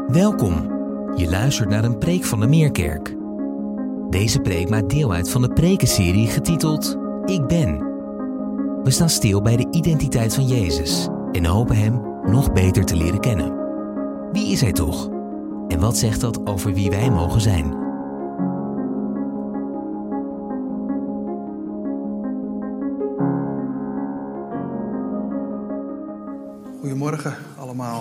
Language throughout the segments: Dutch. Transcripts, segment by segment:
Welkom. Je luistert naar een preek van de Meerkerk. Deze preek maakt deel uit van de prekenserie getiteld Ik Ben. We staan stil bij de identiteit van Jezus en hopen Hem nog beter te leren kennen. Wie is Hij toch? En wat zegt dat over wie wij mogen zijn? Goedemorgen allemaal.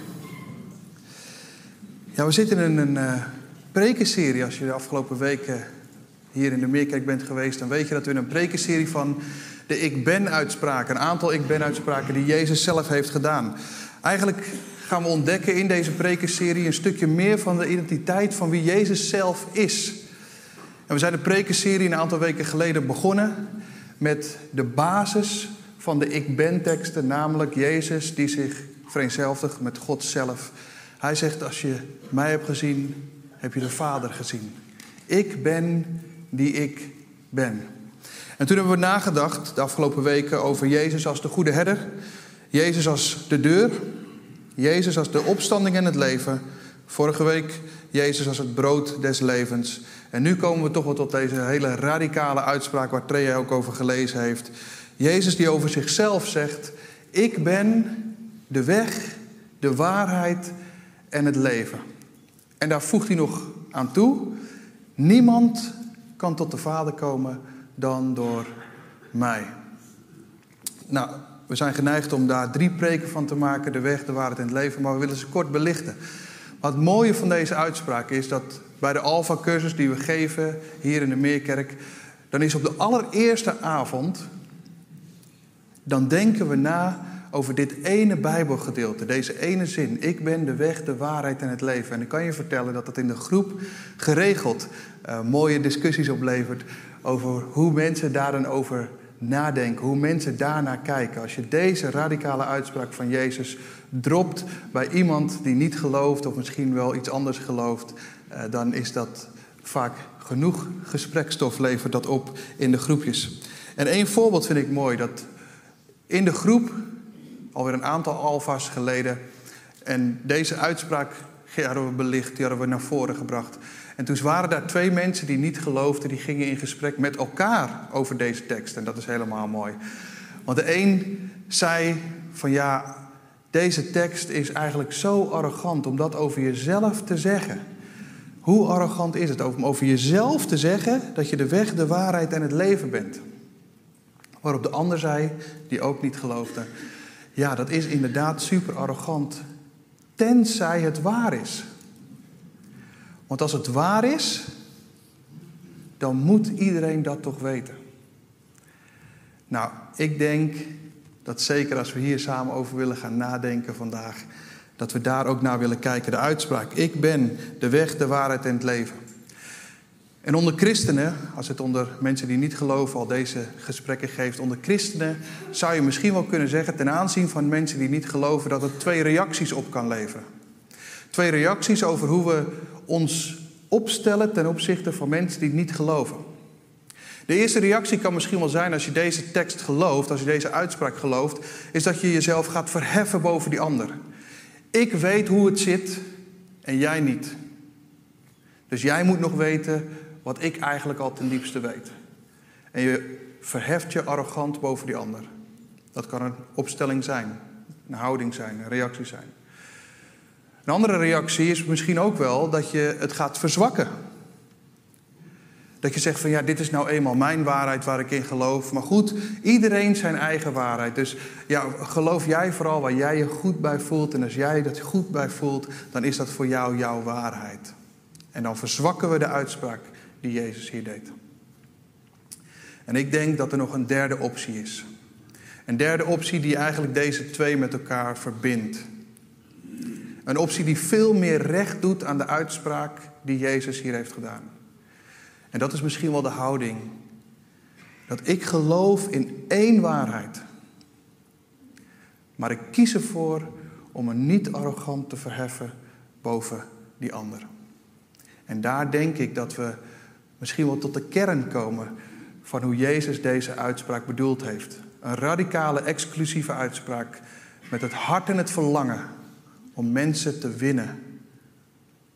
Ja, we zitten in een prekenserie. Als je de afgelopen weken hier in de Meerkerk bent geweest, dan weet je dat we in een prekenserie van de Ik Ben-uitspraken, een aantal Ik Ben-uitspraken die Jezus zelf heeft gedaan. Eigenlijk gaan we ontdekken in deze prekenserie een stukje meer van de identiteit van wie Jezus zelf is. En we zijn de prekenserie een aantal weken geleden begonnen met de basis van de Ik Ben-teksten, namelijk Jezus die zich vereenzelvigt met God zelf. Hij zegt, als je mij hebt gezien, heb je de Vader gezien. Ik ben die ik ben. En toen hebben we nagedacht de afgelopen weken over Jezus als de goede herder. Jezus als de deur. Jezus als de opstanding en het leven. Vorige week Jezus als het brood des levens. En nu komen we toch wel tot deze hele radicale uitspraak waar Trea ook over gelezen heeft. Jezus die over zichzelf zegt, ik ben de weg, de waarheid en het leven. En daar voegt hij nog aan toe, niemand kan tot de Vader komen dan door mij. Nou, we zijn geneigd om daar 3 preken van te maken, de weg, de waarheid en het leven, maar we willen ze kort belichten. Maar het mooie van deze uitspraak is dat bij de Alpha-cursus die we geven hier in de Meerkerk, dan is op de allereerste avond, dan denken we na over dit ene Bijbelgedeelte, deze ene zin. Ik ben de weg, de waarheid en het leven. En ik kan je vertellen dat dat in de groep geregeld mooie discussies oplevert over hoe mensen daar dan over nadenken, hoe mensen daarnaar kijken. Als je deze radicale uitspraak van Jezus dropt bij iemand die niet gelooft of misschien wel iets anders gelooft, dan is dat vaak genoeg gesprekstof, levert dat op in de groepjes. En één voorbeeld vind ik mooi, dat in de groep, alweer een aantal alfa's geleden, en deze uitspraak hadden we belicht, die hadden we naar voren gebracht. En toen waren daar 2 mensen die niet geloofden, die gingen in gesprek met elkaar over deze tekst. En dat is helemaal mooi. Want de een zei van ja, deze tekst is eigenlijk zo arrogant om dat over jezelf te zeggen. Hoe arrogant is het om over jezelf te zeggen dat je de weg, de waarheid en het leven bent? Waarop de ander zei, die ook niet geloofde, ja, dat is inderdaad super arrogant, tenzij het waar is. Want als het waar is, dan moet iedereen dat toch weten. Nou, ik denk dat zeker als we hier samen over willen gaan nadenken vandaag, dat we daar ook naar willen kijken. De uitspraak, ik ben de weg, de waarheid en het leven. En onder christenen, als het onder mensen die niet geloven al deze gesprekken geeft, onder christenen zou je misschien wel kunnen zeggen ten aanzien van mensen die niet geloven dat het 2 reacties op kan leveren. 2 reacties over hoe we ons opstellen ten opzichte van mensen die niet geloven. De eerste reactie kan misschien wel zijn als je deze tekst gelooft, als je deze uitspraak gelooft, is dat je jezelf gaat verheffen boven die ander. Ik weet hoe het zit en jij niet. Dus jij moet nog weten wat ik eigenlijk al ten diepste weet. En je verheft je arrogant boven die ander. Dat kan een opstelling zijn, een houding zijn, een reactie zijn. Een andere reactie is misschien ook wel dat je het gaat verzwakken. Dat je zegt van ja, dit is nou eenmaal mijn waarheid waar ik in geloof. Maar goed, iedereen zijn eigen waarheid. Dus ja, geloof jij vooral waar jij je goed bij voelt. En als jij dat goed bij voelt, dan is dat voor jou jouw waarheid. En dan verzwakken we de uitspraak die Jezus hier deed. En ik denk dat er nog een derde optie is. Een derde optie die eigenlijk deze 2 met elkaar verbindt. Een optie die veel meer recht doet aan de uitspraak die Jezus hier heeft gedaan. En dat is misschien wel de houding. Dat ik geloof in 1 waarheid. Maar ik kies ervoor om me niet arrogant te verheffen boven die ander. En daar denk ik dat we misschien wel tot de kern komen van hoe Jezus deze uitspraak bedoeld heeft. Een radicale, exclusieve uitspraak met het hart en het verlangen om mensen te winnen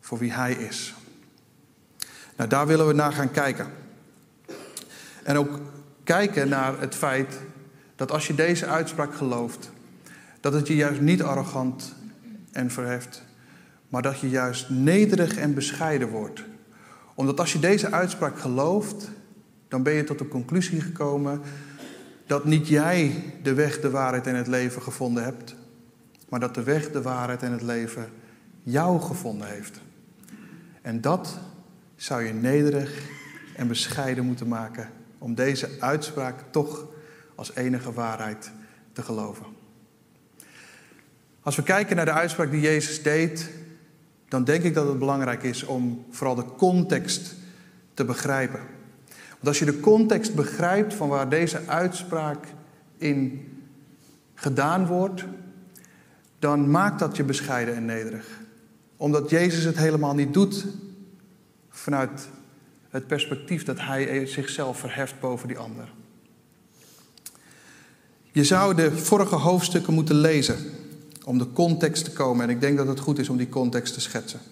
voor wie hij is. Nou, daar willen we naar gaan kijken. En ook kijken naar het feit dat als je deze uitspraak gelooft, dat het je juist niet arrogant en verheft, maar dat je juist nederig en bescheiden wordt. Omdat als je deze uitspraak gelooft, dan ben je tot de conclusie gekomen dat niet jij de weg, de waarheid en het leven gevonden hebt, maar dat de weg, de waarheid en het leven jou gevonden heeft. En dat zou je nederig en bescheiden moeten maken om deze uitspraak toch als enige waarheid te geloven. Als we kijken naar de uitspraak die Jezus deed, dan denk ik dat het belangrijk is om vooral de context te begrijpen. Want als je de context begrijpt van waar deze uitspraak in gedaan wordt, dan maakt dat je bescheiden en nederig. Omdat Jezus het helemaal niet doet vanuit het perspectief dat hij zichzelf verheft boven die ander. Je zou de vorige hoofdstukken moeten lezen om de context te komen. En ik denk dat het goed is om die context te schetsen.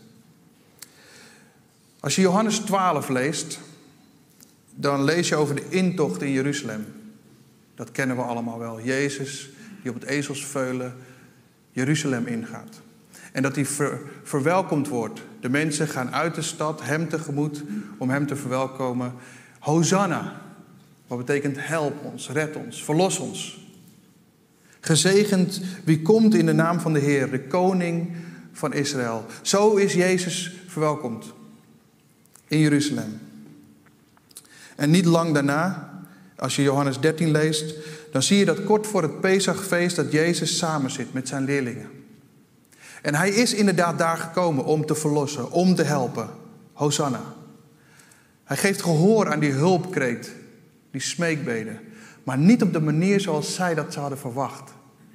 Als je Johannes 12 leest, dan lees je over de intocht in Jeruzalem. Dat kennen we allemaal wel. Jezus die op het ezelsveulen Jeruzalem ingaat. En dat hij verwelkomd wordt. De mensen gaan uit de stad hem tegemoet om hem te verwelkomen. Hosanna, wat betekent help ons, red ons, verlos ons. Gezegend wie komt in de naam van de Heer, de koning van Israël. Zo is Jezus verwelkomd in Jeruzalem. En niet lang daarna, als je Johannes 13 leest, dan zie je dat kort voor het Pesachfeest dat Jezus samen zit met zijn leerlingen. En hij is inderdaad daar gekomen om te verlossen, om te helpen. Hosanna. Hij geeft gehoor aan die hulpkreet, die smeekbeden. Maar niet op de manier zoals zij dat zouden verwacht.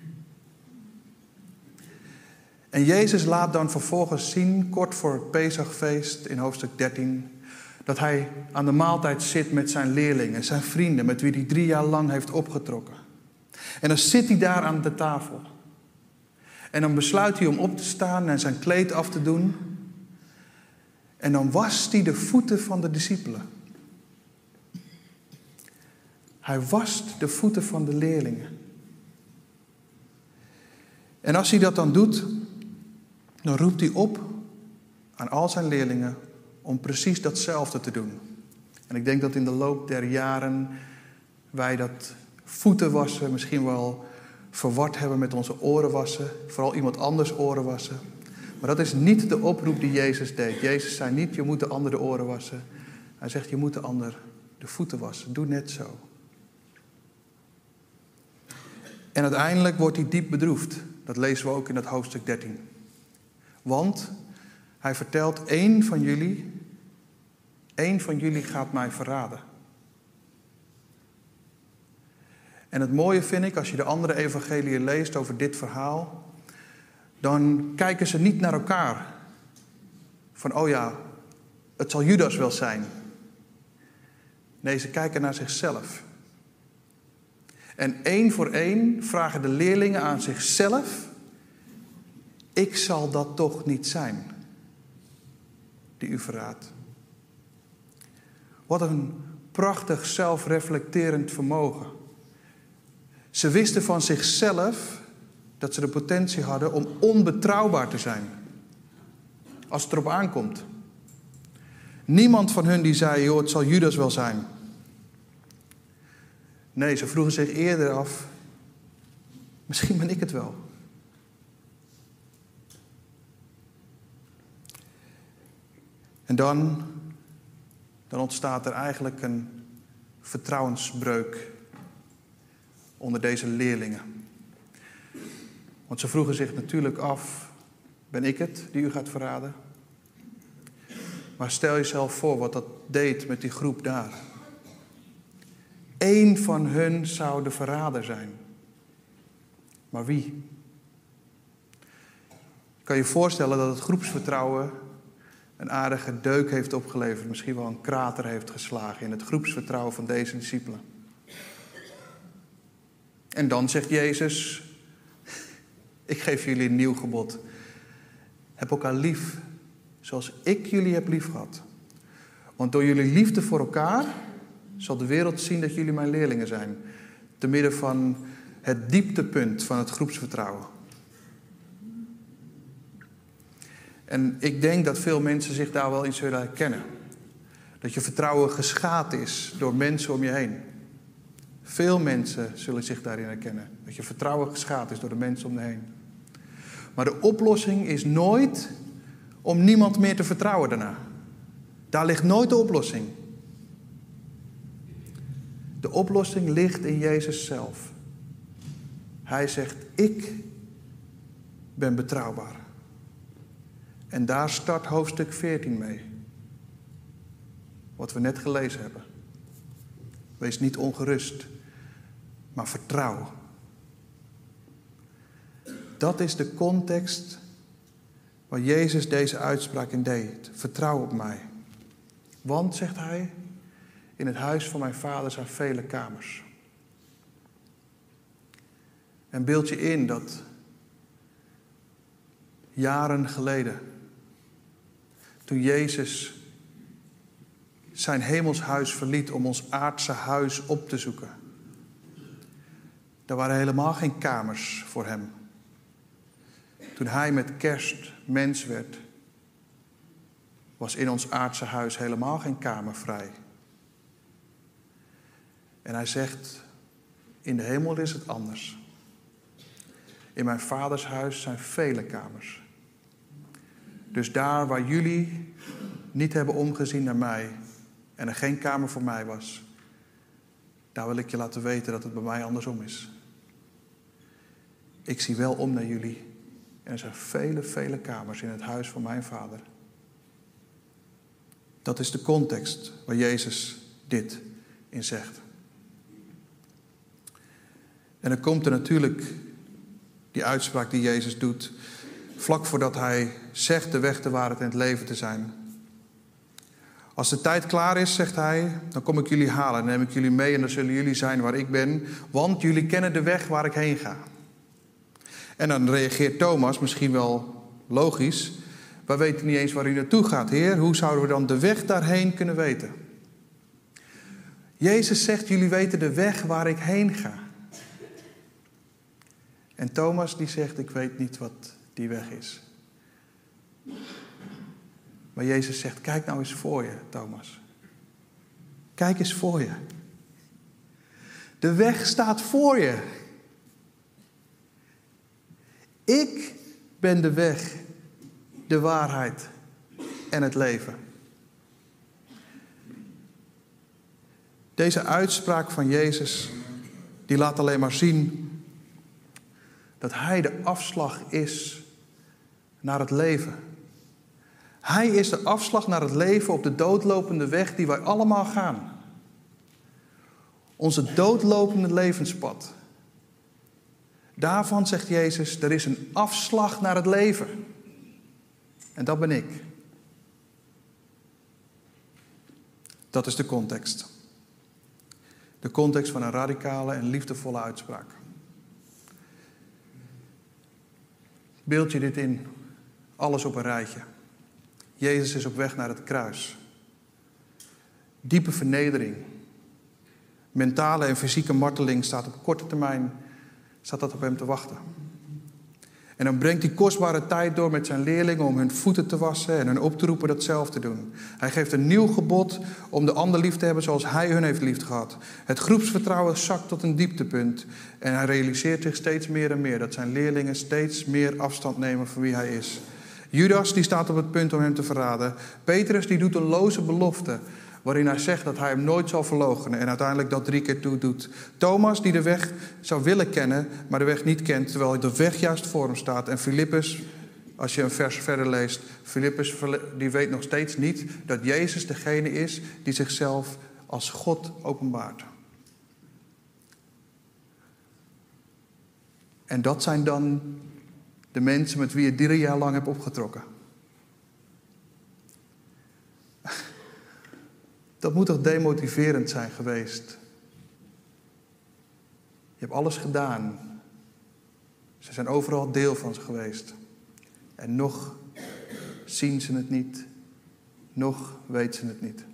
En Jezus laat dan vervolgens zien, kort voor het Pesachfeest in hoofdstuk 13... dat hij aan de maaltijd zit met zijn leerlingen, zijn vrienden, met wie hij 3 jaar lang heeft opgetrokken. En dan zit hij daar aan de tafel. En dan besluit hij om op te staan en zijn kleed af te doen. En dan wast hij de voeten van de discipelen. Hij wast de voeten van de leerlingen. En als hij dat dan doet, dan roept hij op aan al zijn leerlingen om precies datzelfde te doen. En ik denk dat in de loop der jaren wij dat voeten wassen misschien wel verward hebben met onze oren wassen. Vooral iemand anders oren wassen. Maar dat is niet de oproep die Jezus deed. Jezus zei niet, je moet de ander de oren wassen. Hij zegt, je moet de ander de voeten wassen. Doe net zo. En uiteindelijk wordt hij diep bedroefd. Dat lezen we ook in dat hoofdstuk 13. Want hij vertelt, één van jullie gaat mij verraden. En het mooie vind ik, als je de andere evangeliën leest over dit verhaal, dan kijken ze niet naar elkaar. Van, oh ja, het zal Judas wel zijn. Nee, ze kijken naar zichzelf. En 1 voor 1 vragen de leerlingen aan zichzelf, ik zal dat toch niet zijn die u verraadt. Wat een prachtig zelfreflecterend vermogen. Ze wisten van zichzelf dat ze de potentie hadden om onbetrouwbaar te zijn. Als het erop aankomt. Niemand van hun die zei, joh, het zal Judas wel zijn. Nee, ze vroegen zich eerder af, misschien ben ik het wel. En dan ontstaat er eigenlijk een vertrouwensbreuk onder deze leerlingen. Want ze vroegen zich natuurlijk af, ben ik het die u gaat verraden? Maar stel jezelf voor wat dat deed met die groep daar. 1 van hun zou de verrader zijn. Maar wie? Kan je voorstellen dat het groepsvertrouwen een aardige deuk heeft opgeleverd. Misschien wel een krater heeft geslagen in het groepsvertrouwen van deze discipelen. En dan zegt Jezus, ik geef jullie een nieuw gebod. Heb elkaar lief zoals ik jullie heb liefgehad. Want door jullie liefde voor elkaar zal de wereld zien dat jullie mijn leerlingen zijn. Te midden van het dieptepunt van het groepsvertrouwen. En ik denk dat veel mensen zich daar wel in zullen herkennen. Dat je vertrouwen geschaad is door mensen om je heen. Veel mensen zullen zich daarin herkennen. Dat je vertrouwen geschaad is door de mensen om je heen. Maar de oplossing is nooit om niemand meer te vertrouwen daarna. Daar ligt nooit de oplossing. De oplossing ligt in Jezus zelf. Hij zegt, ik ben betrouwbaar. En daar start hoofdstuk 14 mee. Wat we net gelezen hebben. Wees niet ongerust, maar vertrouw. Dat is de context waar Jezus deze uitspraak in deed. Vertrouw op mij. Want, zegt hij, in het huis van mijn vader zijn vele kamers. En beeld je in dat jaren geleden, toen Jezus zijn hemelshuis verliet om ons aardse huis op te zoeken. Er waren helemaal geen kamers voor hem. Toen hij met kerst mens werd, was in ons aardse huis helemaal geen kamer vrij. En hij zegt, in de hemel is het anders. In mijn vaders huis zijn vele kamers. Dus daar waar jullie niet hebben omgezien naar mij en er geen kamer voor mij was, daar wil ik je laten weten dat het bij mij andersom is. Ik zie wel om naar jullie en er zijn vele kamers in het huis van mijn vader. Dat is de context waar Jezus dit in zegt. En dan komt er natuurlijk die uitspraak die Jezus doet, vlak voordat hij zegt de weg, de waarheid en het leven te zijn. Als de tijd klaar is, zegt hij, dan kom ik jullie halen en neem ik jullie mee en dan zullen jullie zijn waar ik ben, want jullie kennen de weg waar ik heen ga. En dan reageert Thomas, misschien wel logisch, wij weten niet eens waar u naartoe gaat, Heer. Hoe zouden we dan de weg daarheen kunnen weten? Jezus zegt, jullie weten de weg waar ik heen ga. En Thomas die zegt, ik weet niet wat die weg is. Maar Jezus zegt, kijk nou eens voor je, Thomas. Kijk eens voor je. De weg staat voor je. Ik ben de weg, de waarheid en het leven. Deze uitspraak van Jezus, die laat alleen maar zien dat hij de afslag is naar het leven. Hij is de afslag naar het leven op de doodlopende weg die wij allemaal gaan. Onze doodlopende levenspad. Daarvan zegt Jezus, er is een afslag naar het leven. En dat ben ik. Dat is de context. De context van een radicale en liefdevolle uitspraak. Beeld je dit in, alles op een rijtje. Jezus is op weg naar het kruis. Diepe vernedering. Mentale en fysieke marteling staat op korte termijn op hem te wachten. En dan brengt hij kostbare tijd door met zijn leerlingen om hun voeten te wassen en hen op te roepen dat zelf te doen. Hij geeft een nieuw gebod om de ander lief te hebben zoals hij hun heeft lief gehad. Het groepsvertrouwen zakt tot een dieptepunt. En hij realiseert zich steeds meer en meer dat zijn leerlingen steeds meer afstand nemen van wie hij is. Judas die staat op het punt om hem te verraden. Petrus die doet een loze belofte waarin hij zegt dat hij hem nooit zal verloochenen en uiteindelijk dat 3 keer toe doet. Thomas die de weg zou willen kennen, maar de weg niet kent, terwijl de weg juist voor hem staat. En Filippus, als je een vers verder leest, Filippus die weet nog steeds niet dat Jezus degene is die zichzelf als God openbaart. En dat zijn dan de mensen met wie je 3 jaar lang hebt opgetrokken. Dat moet toch demotiverend zijn geweest? Je hebt alles gedaan. Ze zijn overal deel van ze geweest. En nog zien ze het niet, nog weten ze het niet.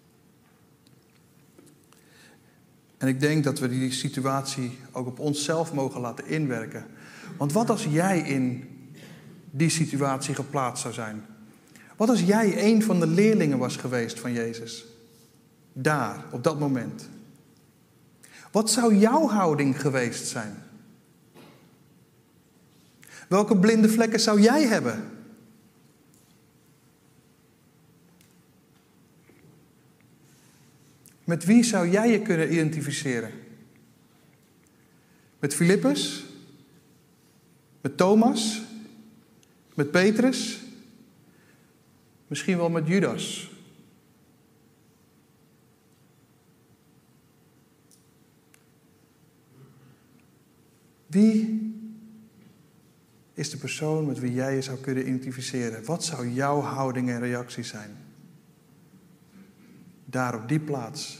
En ik denk dat we die situatie ook op onszelf mogen laten inwerken. Want wat als jij in die situatie geplaatst zou zijn? Wat als jij een van de leerlingen was geweest van Jezus? Daar, op dat moment. Wat zou jouw houding geweest zijn? Welke blinde vlekken zou jij hebben? Met wie zou jij je kunnen identificeren? Met Filippus? Met Thomas? Met Petrus? Misschien wel met Judas? Wie is de persoon met wie jij je zou kunnen identificeren? Wat zou jouw houding en reactie zijn? Daar op die plaats.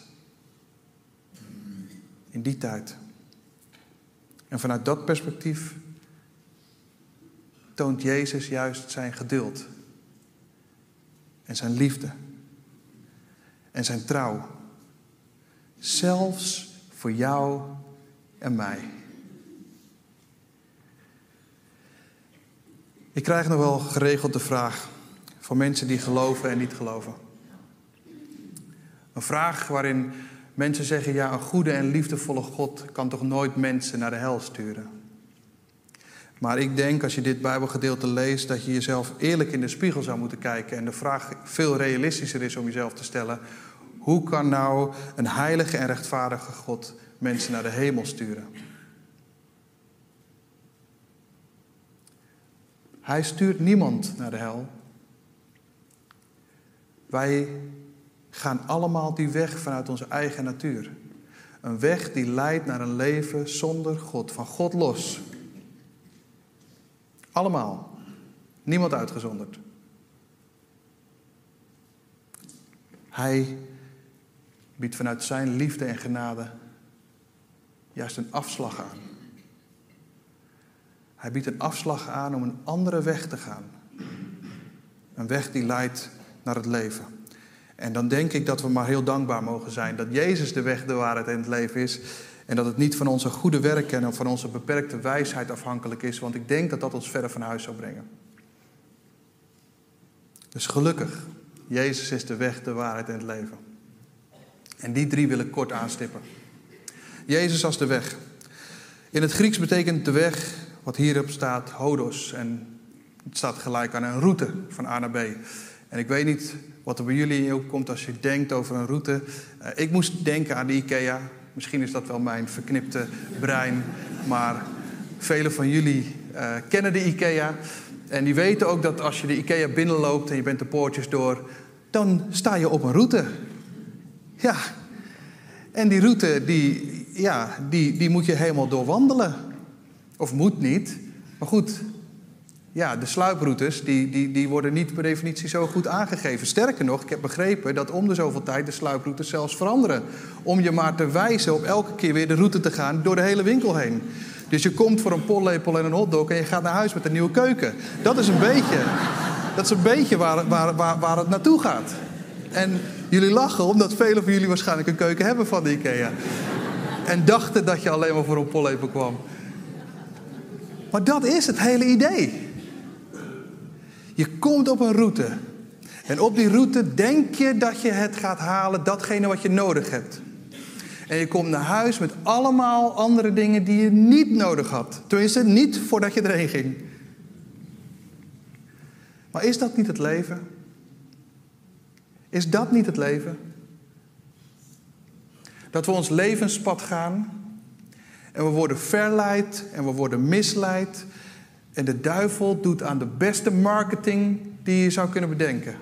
In die tijd. En vanuit dat perspectief toont Jezus juist zijn geduld. En zijn liefde. En zijn trouw. Zelfs voor jou en mij. Ik krijg nog wel geregeld de vraag van mensen die geloven en niet geloven. Een vraag waarin mensen zeggen, ja, een goede en liefdevolle God kan toch nooit mensen naar de hel sturen. Maar ik denk, als je dit Bijbelgedeelte leest, dat je jezelf eerlijk in de spiegel zou moeten kijken. En de vraag veel realistischer is om jezelf te stellen, hoe kan nou een heilige en rechtvaardige God mensen naar de hemel sturen? Hij stuurt niemand naar de hel. Wij gaan allemaal die weg vanuit onze eigen natuur. Een weg die leidt naar een leven zonder God, van God los. Allemaal. Niemand uitgezonderd. Hij biedt vanuit zijn liefde en genade juist een afslag aan. Hij biedt een afslag aan om een andere weg te gaan. Een weg die leidt naar het leven. En dan denk ik dat we maar heel dankbaar mogen zijn dat Jezus de weg, de waarheid en het leven is. En dat het niet van onze goede werken en van onze beperkte wijsheid afhankelijk is. Want ik denk dat dat ons verder van huis zou brengen. Dus gelukkig, Jezus is de weg, de waarheid en het leven. En die drie wil ik kort aanstippen. Jezus als de weg. In het Grieks betekent de weg, wat hierop staat, hodos. En het staat gelijk aan een route van A naar B. En ik weet niet wat er bij jullie in opkomt als je denkt over een route. Ik moest denken aan de IKEA. Misschien is dat wel mijn verknipte brein. Maar velen van jullie kennen de IKEA. En die weten ook dat als je de IKEA binnenloopt en je bent de poortjes door, dan sta je op een route. Ja. En die route, die moet je helemaal doorwandelen. Of moet niet. Maar goed, ja, de sluiproutes die worden niet per definitie zo goed aangegeven. Sterker nog, ik heb begrepen dat om de zoveel tijd de sluiproutes zelfs veranderen. Om je maar te wijzen op elke keer weer de route te gaan door de hele winkel heen. Dus je komt voor een pollepel en een hotdog en je gaat naar huis met een nieuwe keuken. Dat is een beetje waar het naartoe gaat. En jullie lachen omdat velen van jullie waarschijnlijk een keuken hebben van de IKEA. En dachten dat je alleen maar voor een pollepel kwam. Maar dat is het hele idee. Je komt op een route. En op die route denk je dat je het gaat halen, datgene wat je nodig hebt. En je komt naar huis met allemaal andere dingen die je niet nodig had. Tenminste, niet voordat je erheen ging. Maar is dat niet het leven? Is dat niet het leven? Dat we ons levenspad gaan en we worden verleid en we worden misleid. En de duivel doet aan de beste marketing die je zou kunnen bedenken.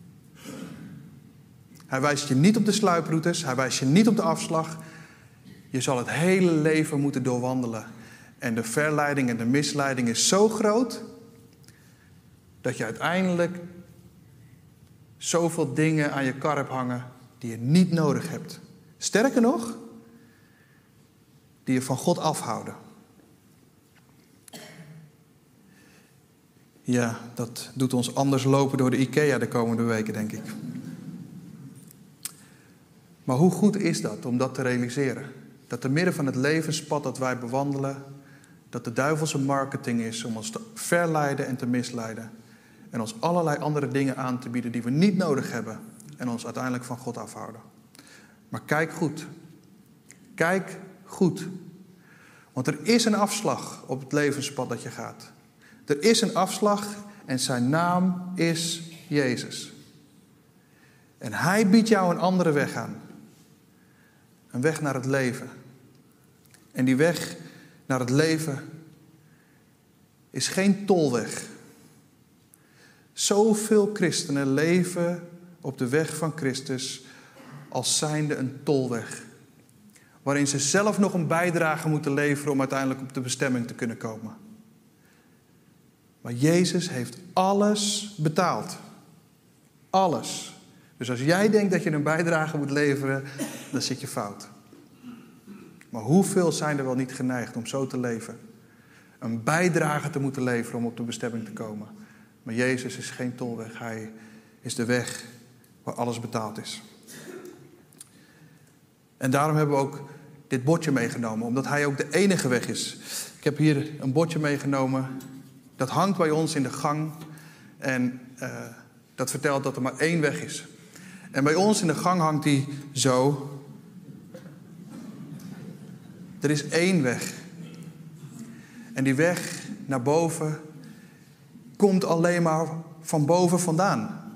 Hij wijst je niet op de sluiproutes, hij wijst je niet op de afslag. Je zal het hele leven moeten doorwandelen. En de verleiding en de misleiding is zo groot dat je uiteindelijk zoveel dingen aan je kar hebt hangen die je niet nodig hebt. Sterker nog, die je van God afhouden. Ja, dat doet ons anders lopen door de IKEA de komende weken, denk ik. Maar hoe goed is dat om dat te realiseren? Dat te midden van het levenspad dat wij bewandelen, dat de duivelse marketing is om ons te verleiden en te misleiden. En ons allerlei andere dingen aan te bieden die we niet nodig hebben. En ons uiteindelijk van God afhouden. Maar kijk goed. Kijk goed. Want er is een afslag op het levenspad dat je gaat. Er is een afslag en zijn naam is Jezus. En hij biedt jou een andere weg aan. Een weg naar het leven. En die weg naar het leven is geen tolweg. Zoveel christenen leven op de weg van Christus als zijnde een tolweg. Waarin ze zelf nog een bijdrage moeten leveren om uiteindelijk op de bestemming te kunnen komen. Maar Jezus heeft alles betaald. Alles. Dus als jij denkt dat je een bijdrage moet leveren, dan zit je fout. Maar hoeveel zijn er wel niet geneigd om zo te leven? Een bijdrage te moeten leveren om op de bestemming te komen. Maar Jezus is geen tolweg. Hij is de weg waar alles betaald is. En daarom hebben we ook dit bordje meegenomen. Omdat hij ook de enige weg is. Ik heb hier een bordje meegenomen. Dat hangt bij ons in de gang. En dat vertelt dat er maar één weg is. En bij ons in de gang hangt die zo. Er is één weg. En die weg naar boven komt alleen maar van boven vandaan.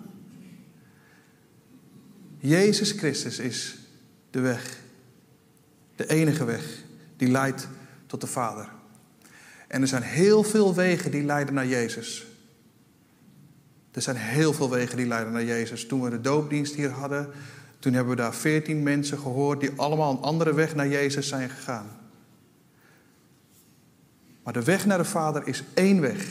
Jezus Christus is de weg. De enige weg die leidt tot de Vader. En er zijn heel veel wegen die leiden naar Jezus. Er zijn heel veel wegen die leiden naar Jezus. Toen we de doopdienst hier hadden, toen hebben we daar 14 mensen gehoord die allemaal een andere weg naar Jezus zijn gegaan. Maar de weg naar de Vader is één weg.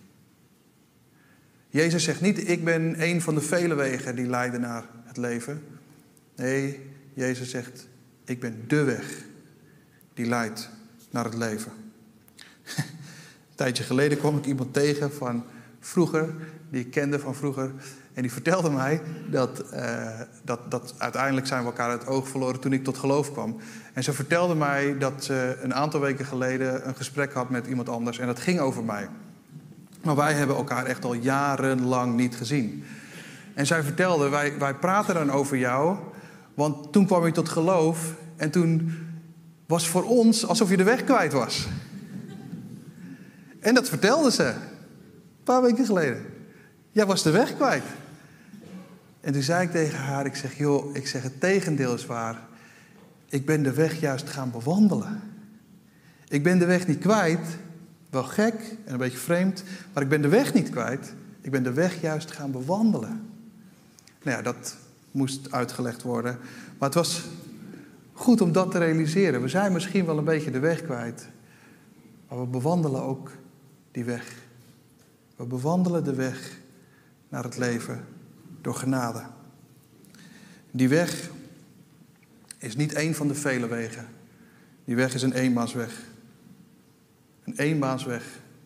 Jezus zegt niet, ik ben één van de vele wegen die leiden naar het leven. Nee, Jezus zegt, ik ben de weg die leidt naar het leven. Een tijdje geleden kwam ik iemand tegen van vroeger, die ik kende van vroeger. En die vertelde mij dat uiteindelijk zijn we elkaar uit het oog verloren toen ik tot geloof kwam. En ze vertelde mij dat ze een aantal weken geleden een gesprek had met iemand anders. En dat ging over mij. Maar wij hebben elkaar echt al jarenlang niet gezien. En zij vertelde, wij praten dan over jou. Want toen kwam je tot geloof. En toen was het voor ons alsof je de weg kwijt was. En dat vertelde ze. Een paar weken geleden. Jij was de weg kwijt. En toen zei ik tegen haar, ik zeg het tegendeel is waar. Ik ben de weg juist gaan bewandelen. Ik ben de weg niet kwijt. Wel gek en een beetje vreemd. Maar ik ben de weg niet kwijt. Ik ben de weg juist gaan bewandelen. Nou ja, dat moest uitgelegd worden. Maar het was goed om dat te realiseren. We zijn misschien wel een beetje de weg kwijt. Maar we bewandelen ook die weg. We bewandelen de weg naar het leven door genade. Die weg is niet één van de vele wegen. Die weg is een eenbaansweg. Een eenbaansweg.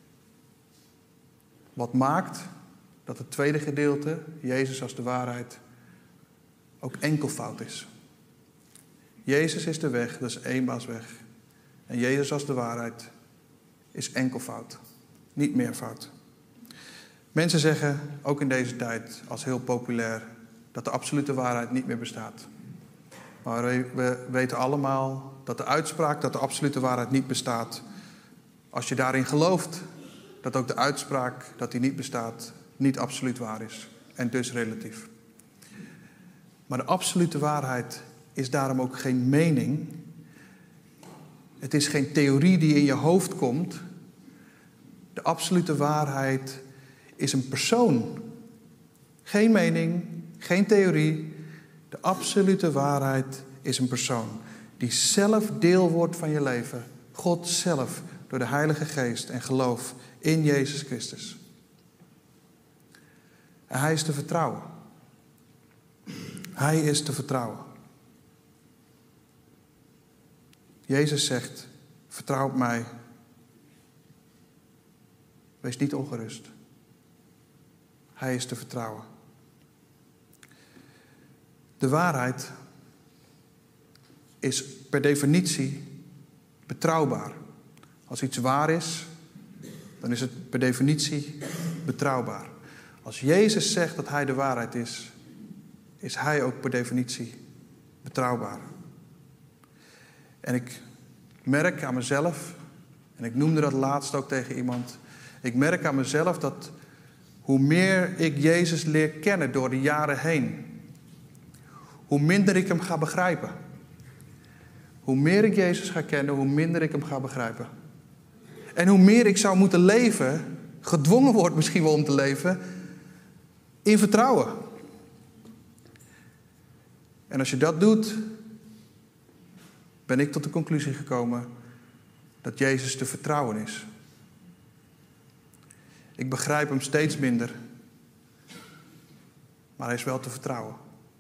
Wat maakt dat het tweede gedeelte, Jezus als de waarheid, ook enkelvoud is. Jezus is de weg, dat is een eenbaansweg. En Jezus als de waarheid is enkelvoud. Niet meervoud. Mensen zeggen, ook in deze tijd, als heel populair, dat de absolute waarheid niet meer bestaat. Maar we weten allemaal dat de uitspraak dat de absolute waarheid niet bestaat, als je daarin gelooft, dat ook de uitspraak dat die niet bestaat, niet absoluut waar is. En dus relatief. Maar de absolute waarheid is daarom ook geen mening. Het is geen theorie die in je hoofd komt. De absolute waarheid is een persoon. Geen mening, geen theorie. De absolute waarheid is een persoon. Die zelf deel wordt van je leven. God zelf, door de Heilige Geest en geloof in Jezus Christus. En hij is te vertrouwen. Hij is te vertrouwen. Jezus zegt, vertrouw op mij. Wees niet ongerust. Hij is te vertrouwen. De waarheid is per definitie betrouwbaar. Als iets waar is, dan is het per definitie betrouwbaar. Als Jezus zegt dat hij de waarheid is hij ook per definitie betrouwbaar. En ik merk aan mezelf, en ik noemde dat laatst ook tegen iemand, ik merk aan mezelf dat hoe meer ik Jezus leer kennen door de jaren heen, hoe minder ik hem ga begrijpen. Hoe meer ik Jezus ga kennen, hoe minder ik hem ga begrijpen. En hoe meer ik zou moeten leven, gedwongen wordt misschien wel om te leven, in vertrouwen. En als je dat doet, ben ik tot de conclusie gekomen dat Jezus te vertrouwen is. Ik begrijp hem steeds minder, maar hij is wel te vertrouwen.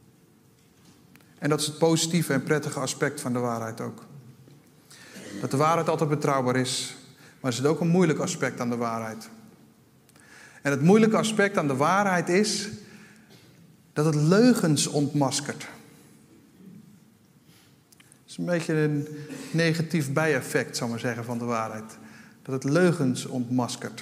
En dat is het positieve en prettige aspect van de waarheid ook. Dat de waarheid altijd betrouwbaar is, maar er zit ook een moeilijk aspect aan de waarheid. En het moeilijke aspect aan de waarheid is dat het leugens ontmaskert. Het is een beetje een negatief bijeffect, zou ik maar zeggen, van de waarheid. Dat het leugens ontmaskert.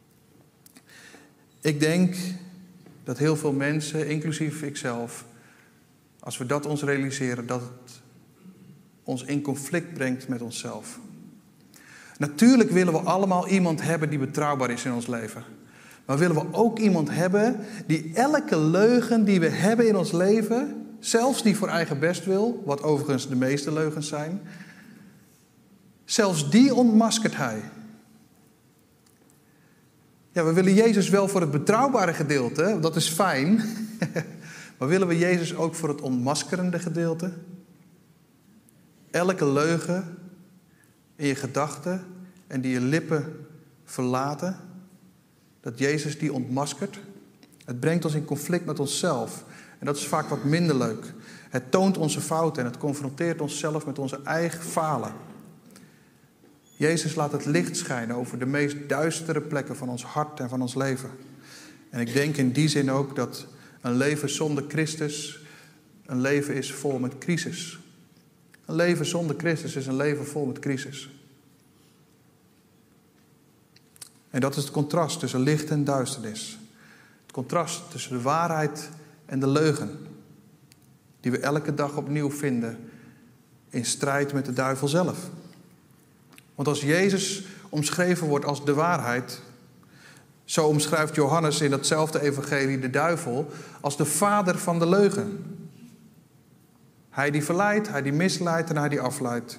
Ik denk dat heel veel mensen, inclusief ikzelf, als we dat ons realiseren, dat het ons in conflict brengt met onszelf. Natuurlijk willen we allemaal iemand hebben die betrouwbaar is in ons leven. Maar willen we ook iemand hebben die elke leugen die we hebben in ons leven, zelfs die voor eigen bestwil, wat overigens de meeste leugens zijn, zelfs die ontmaskert hij. Ja, we willen Jezus wel voor het betrouwbare gedeelte, dat is fijn. Maar willen we Jezus ook voor het ontmaskerende gedeelte? Elke leugen in je gedachten en die je lippen verlaten, dat Jezus die ontmaskert. Het brengt ons in conflict met onszelf. En dat is vaak wat minder leuk. Het toont onze fouten en het confronteert onszelf met onze eigen falen. Jezus laat het licht schijnen over de meest duistere plekken van ons hart en van ons leven. En ik denk in die zin ook dat een leven zonder Christus een leven is vol met crisis. Een leven zonder Christus is een leven vol met crisis. En dat is het contrast tussen licht en duisternis. Het contrast tussen de waarheid en de leugen. Die we elke dag opnieuw vinden in strijd met de duivel zelf. Want als Jezus omschreven wordt als de waarheid, zo omschrijft Johannes in datzelfde evangelie de duivel als de vader van de leugen. Hij die verleidt, hij die misleidt en hij die afleidt.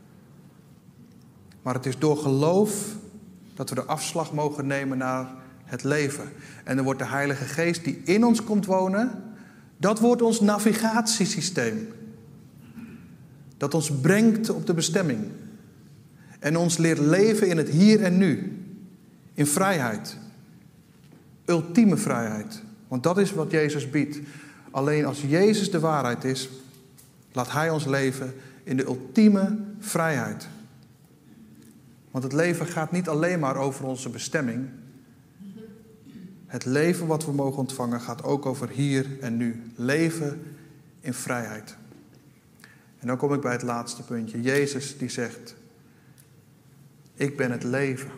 Maar het is door geloof dat we de afslag mogen nemen naar het leven. En dan wordt de Heilige Geest die in ons komt wonen, dat wordt ons navigatiesysteem. Dat ons brengt op de bestemming. En ons leert leven in het hier en nu. In vrijheid. Ultieme vrijheid. Want dat is wat Jezus biedt. Alleen als Jezus de waarheid is, laat hij ons leven in de ultieme vrijheid. Want het leven gaat niet alleen maar over onze bestemming. Het leven wat we mogen ontvangen gaat ook over hier en nu. Leven in vrijheid. En dan kom ik bij het laatste puntje. Jezus die zegt, ik ben het leven.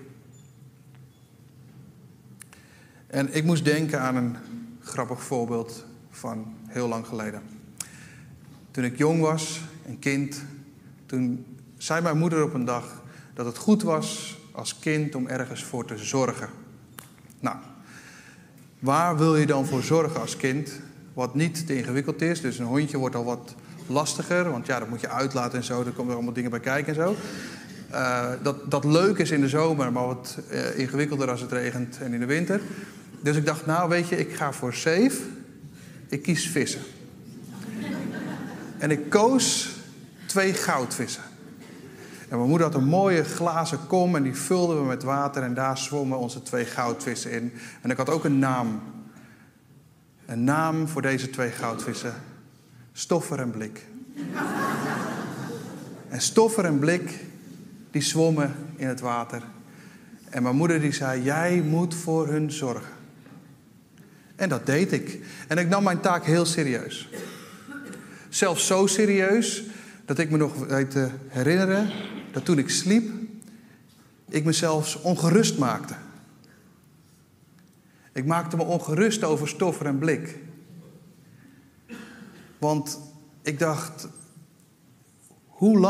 En ik moest denken aan een grappig voorbeeld van heel lang geleden. Toen ik jong was, een kind, toen zei mijn moeder op een dag dat het goed was als kind om ergens voor te zorgen. Nou, waar wil je dan voor zorgen als kind? Wat niet te ingewikkeld is. Dus een hondje wordt al wat lastiger, want ja, dat moet je uitlaten en zo. Er komen er allemaal dingen bij kijken en zo. Dat leuk is in de zomer, maar wat ingewikkelder als het regent en in de winter. Dus ik dacht, nou weet je, ik ga voor safe. Ik kies vissen. En ik koos 2 goudvissen. En mijn moeder had een mooie glazen kom en die vulden we met water. En daar zwommen onze 2 goudvissen in. En ik had ook een naam. Een naam voor deze 2 goudvissen. Stoffer en Blik. En Stoffer en Blik, die zwommen in het water. En mijn moeder die zei, jij moet voor hun zorgen. En dat deed ik. En ik nam mijn taak heel serieus. Zelfs zo serieus dat ik me nog weet te herinneren dat toen ik sliep, ik me zelfs ongerust maakte. Ik maakte me ongerust over Stoffer en Blik. Want ik dacht, hoe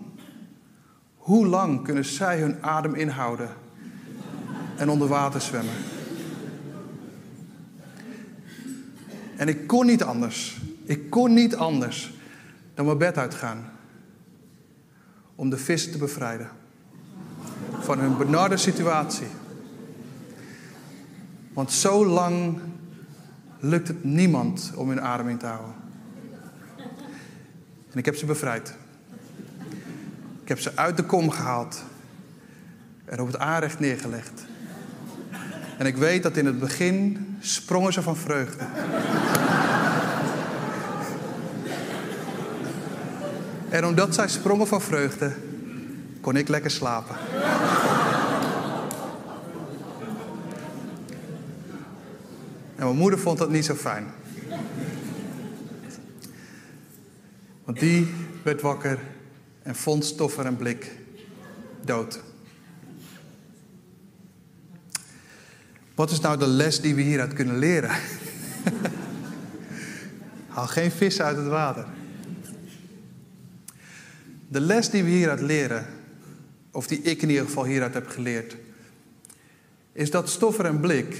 lang kunnen zij hun adem inhouden en onder water zwemmen? En ik kon niet anders dan mijn bed uitgaan om de vissen te bevrijden van hun benarde situatie. Want zo lang lukt het niemand om hun adem in te houden. En ik heb ze bevrijd. Ik heb ze uit de kom gehaald en op het aanrecht neergelegd. En ik weet dat in het begin sprongen ze van vreugde. En omdat zij sprongen van vreugde, kon ik lekker slapen. En mijn moeder vond dat niet zo fijn. Want die werd wakker en vond Stoffer en Blik dood. Wat is nou de les die we hieruit kunnen leren? Haal geen vissen uit het water. De les die we hieruit leren, of die ik in ieder geval hieruit heb geleerd, is dat Stoffer en Blik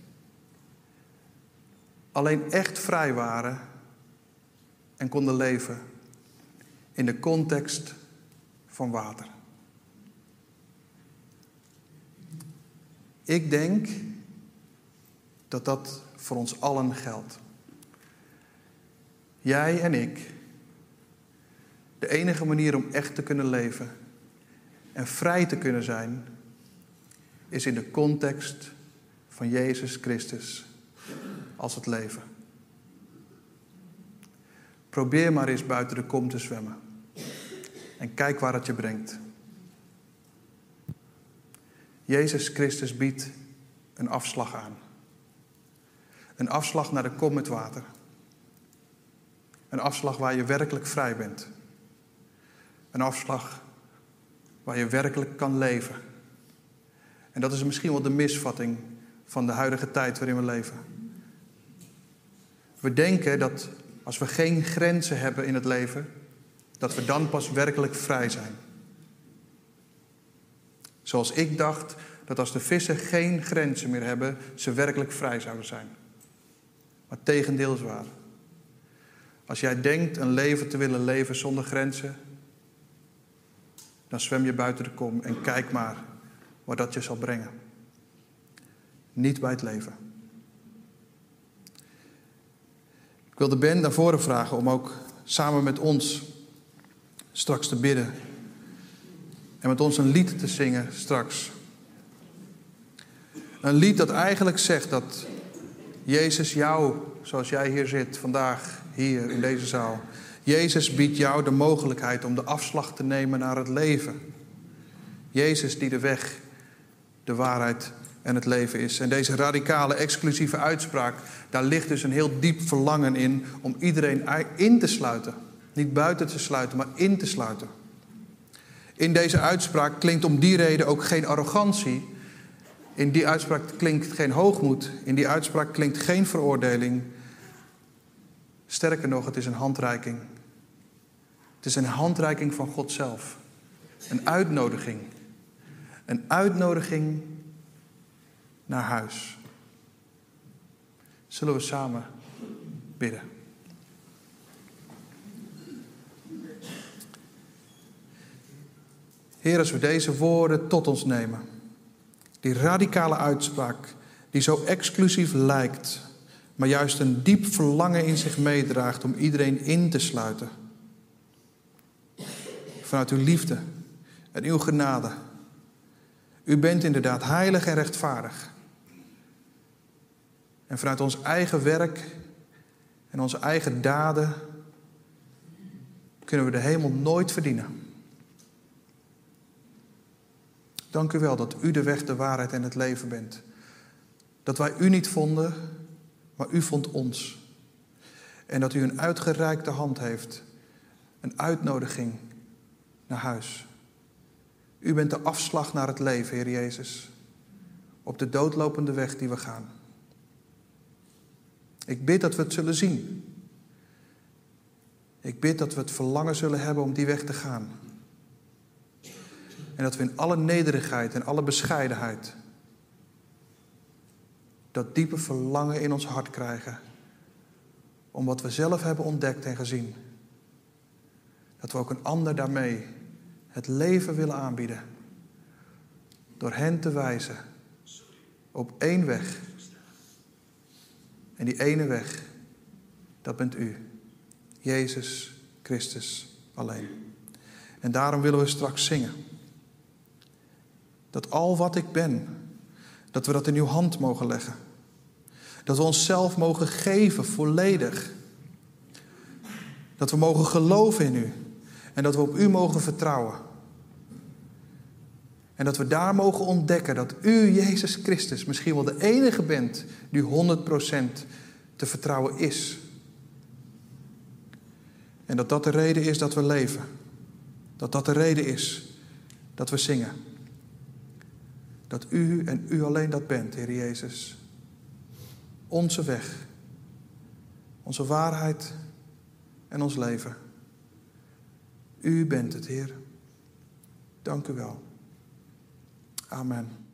alleen echt vrij waren en konden leven in de context van water. Ik denk dat dat voor ons allen geldt. Jij en ik. De enige manier om echt te kunnen leven en vrij te kunnen zijn, is in de context van Jezus Christus als het leven. Probeer maar eens buiten de kom te zwemmen en kijk waar het je brengt. Jezus Christus biedt een afslag aan. Een afslag naar de kom met water. Een afslag waar je werkelijk vrij bent. Een afslag waar je werkelijk kan leven. En dat is misschien wel de misvatting van de huidige tijd waarin we leven. We denken dat als we geen grenzen hebben in het leven, dat we dan pas werkelijk vrij zijn. Zoals ik dacht dat als de vissen geen grenzen meer hebben, ze werkelijk vrij zouden zijn. Maar het tegendeel is waar. Als jij denkt een leven te willen leven zonder grenzen, dan zwem je buiten de kom en kijk maar waar dat je zal brengen. Niet bij het leven. Ik wil de band naar voren vragen om ook samen met ons straks te bidden. En met ons een lied te zingen straks. Een lied dat eigenlijk zegt dat Jezus jou, zoals jij hier zit vandaag, hier in deze zaal. Jezus biedt jou de mogelijkheid om de afslag te nemen naar het leven. Jezus die de weg, de waarheid en het leven is. En deze radicale, exclusieve uitspraak, daar ligt dus een heel diep verlangen in om iedereen in te sluiten. Niet buiten te sluiten, maar in te sluiten. In deze uitspraak klinkt om die reden ook geen arrogantie. In die uitspraak klinkt geen hoogmoed. In die uitspraak klinkt geen veroordeling. Sterker nog, het is een handreiking. Het is een handreiking van God zelf. Een uitnodiging. Een uitnodiging naar huis. Zullen we samen bidden? Heer, als we deze woorden tot ons nemen, die radicale uitspraak die zo exclusief lijkt, maar juist een diep verlangen in zich meedraagt om iedereen in te sluiten. Vanuit uw liefde en uw genade. U bent inderdaad heilig en rechtvaardig. En vanuit ons eigen werk en onze eigen daden kunnen we de hemel nooit verdienen. Dank u wel dat u de weg, de waarheid en het leven bent. Dat wij u niet vonden, Maar u vond ons. En dat u een uitgereikte hand heeft. Een uitnodiging naar huis. U bent de afslag naar het leven, Heer Jezus. Op de doodlopende weg die we gaan. Ik bid dat we het zullen zien. Ik bid dat we het verlangen zullen hebben om die weg te gaan. En dat we in alle nederigheid en alle bescheidenheid dat diepe verlangen in ons hart krijgen. Om wat we zelf hebben ontdekt en gezien. Dat we ook een ander daarmee het leven willen aanbieden. Door hen te wijzen op één weg. En die ene weg, dat bent u. Jezus Christus alleen. En daarom willen we straks zingen. Dat al wat ik ben, dat we dat in uw hand mogen leggen. Dat we onszelf mogen geven, volledig. Dat we mogen geloven in u. En dat we op u mogen vertrouwen. En dat we daar mogen ontdekken dat u, Jezus Christus, misschien wel de enige bent die 100% te vertrouwen is. En dat dat de reden is dat we leven. Dat dat de reden is dat we zingen. Dat u en u alleen dat bent, Heer Jezus. Onze weg. Onze waarheid en ons leven. U bent het, Heer. Dank u wel. Amen.